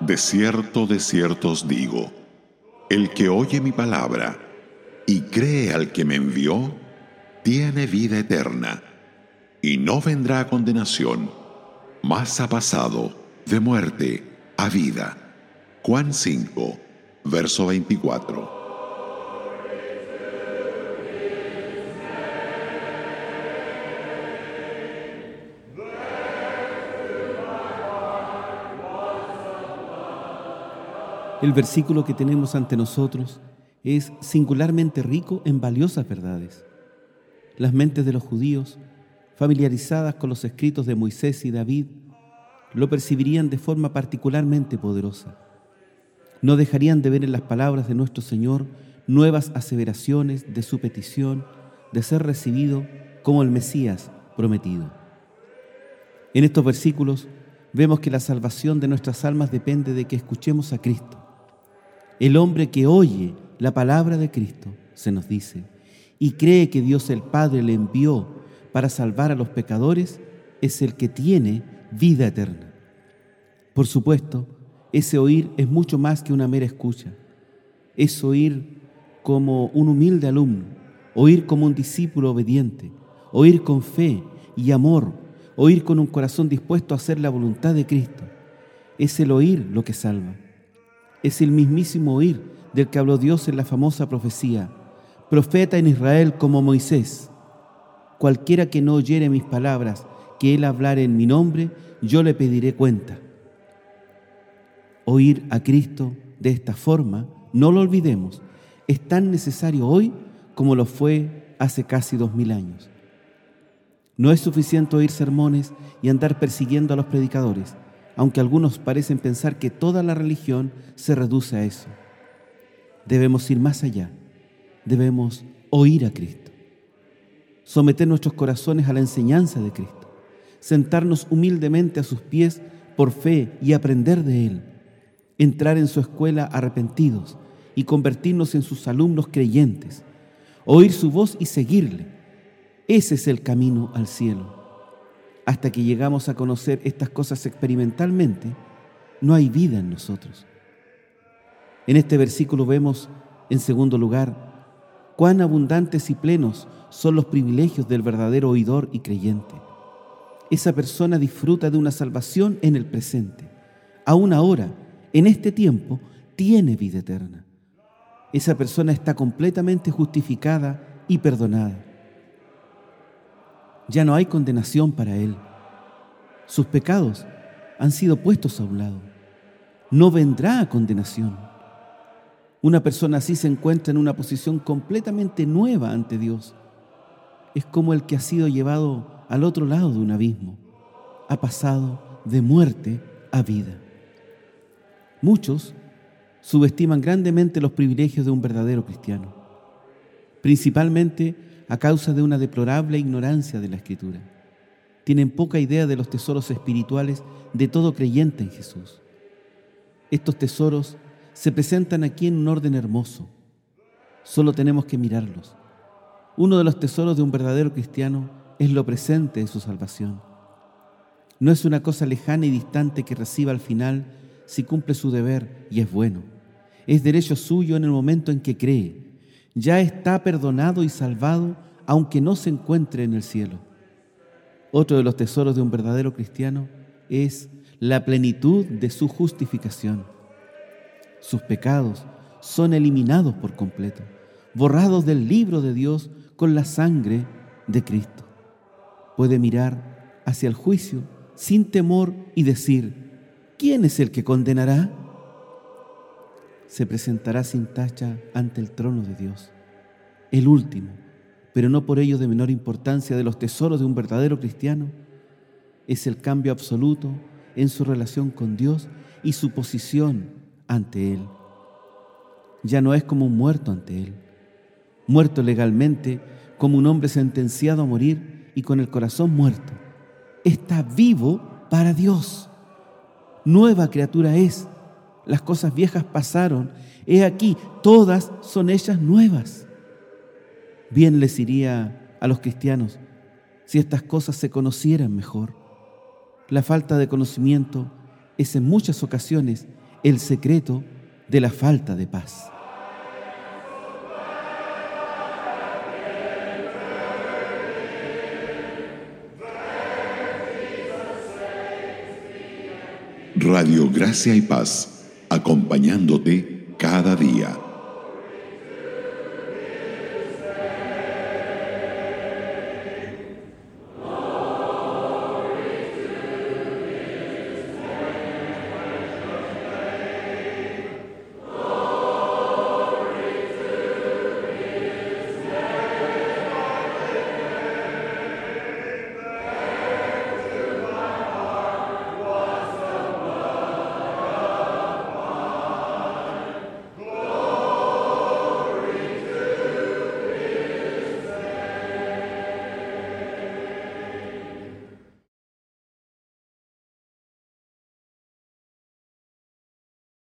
de cierto os digo, el que oye mi palabra y cree al que me envió, tiene vida eterna, y no vendrá a condenación, mas ha pasado de muerte a vida. Juan 5, verso 24. El versículo que tenemos ante nosotros es singularmente rico en valiosas verdades. Las mentes de los judíos, familiarizadas con los escritos de Moisés y David, lo percibirían de forma particularmente poderosa. No dejarían de ver en las palabras de nuestro Señor nuevas aseveraciones de su petición de ser recibido como el Mesías prometido. En estos versículos vemos que la salvación de nuestras almas depende de que escuchemos a Cristo. El hombre que oye la palabra de Cristo, se nos dice, y cree que Dios el Padre le envió para salvar a los pecadores, es el que tiene vida eterna. Por supuesto, ese oír es mucho más que una mera escucha. Es oír como un humilde alumno, oír como un discípulo obediente, oír con fe y amor, oír con un corazón dispuesto a hacer la voluntad de Cristo. Es el oír lo que salva. Es el mismísimo oír del que habló Dios en la famosa profecía: profeta en Israel como Moisés. Cualquiera que no oyere mis palabras, que él hablare en mi nombre, yo le pediré cuenta. Oír a Cristo de esta forma, no lo olvidemos, es tan necesario hoy como lo fue hace casi 2000 años. No es suficiente oír sermones y andar persiguiendo a los predicadores, aunque algunos parecen pensar que toda la religión se reduce a eso. Debemos ir más allá, debemos oír a Cristo, someter nuestros corazones a la enseñanza de Cristo, sentarnos humildemente a sus pies por fe y aprender de Él, entrar en su escuela arrepentidos y convertirnos en sus alumnos creyentes, oír su voz y seguirle. Ese es el camino al cielo. Hasta que llegamos a conocer estas cosas experimentalmente, no hay vida en nosotros. En este versículo vemos, en segundo lugar, cuán abundantes y plenos son los privilegios del verdadero oidor y creyente. Esa persona disfruta de una salvación en el presente. Aún ahora, en este tiempo, tiene vida eterna. Esa persona está completamente justificada y perdonada. Ya no hay condenación para él. Sus pecados han sido puestos a un lado. No vendrá a condenación. Una persona así se encuentra en una posición completamente nueva ante Dios. Es como el que ha sido llevado al otro lado de un abismo. Ha pasado de muerte a vida. Muchos subestiman grandemente los privilegios de un verdadero cristiano, principalmente a causa de una deplorable ignorancia de la Escritura. Tienen poca idea de los tesoros espirituales de todo creyente en Jesús. Estos tesoros se presentan aquí en un orden hermoso. Solo tenemos que mirarlos. Uno de los tesoros de un verdadero cristiano es lo presente de su salvación. No es una cosa lejana y distante que reciba al final si cumple su deber y es bueno. Es derecho suyo en el momento en que cree. Ya está perdonado y salvado, aunque no se encuentre en el cielo. Otro de los tesoros de un verdadero cristiano es la plenitud de su justificación. Sus pecados son eliminados por completo, borrados del libro de Dios con la sangre de Cristo. Puede mirar hacia el juicio sin temor y decir: ¿quién es el que condenará? Se presentará sin tacha ante el trono de Dios. El último, pero no por ello de menor importancia, de los tesoros de un verdadero cristiano, es el cambio absoluto en su relación con Dios y su posición ante Él. Ya no es como un muerto ante Él, muerto legalmente, como un hombre sentenciado a morir y con el corazón muerto. Está vivo para Dios. Nueva criatura es. Las cosas viejas pasaron. He aquí, todas son hechas nuevas. Bien les iría a los cristianos si estas cosas se conocieran mejor. La falta de conocimiento es en muchas ocasiones el secreto de la falta de paz. Radio Gracia y Paz, acompañándote cada día.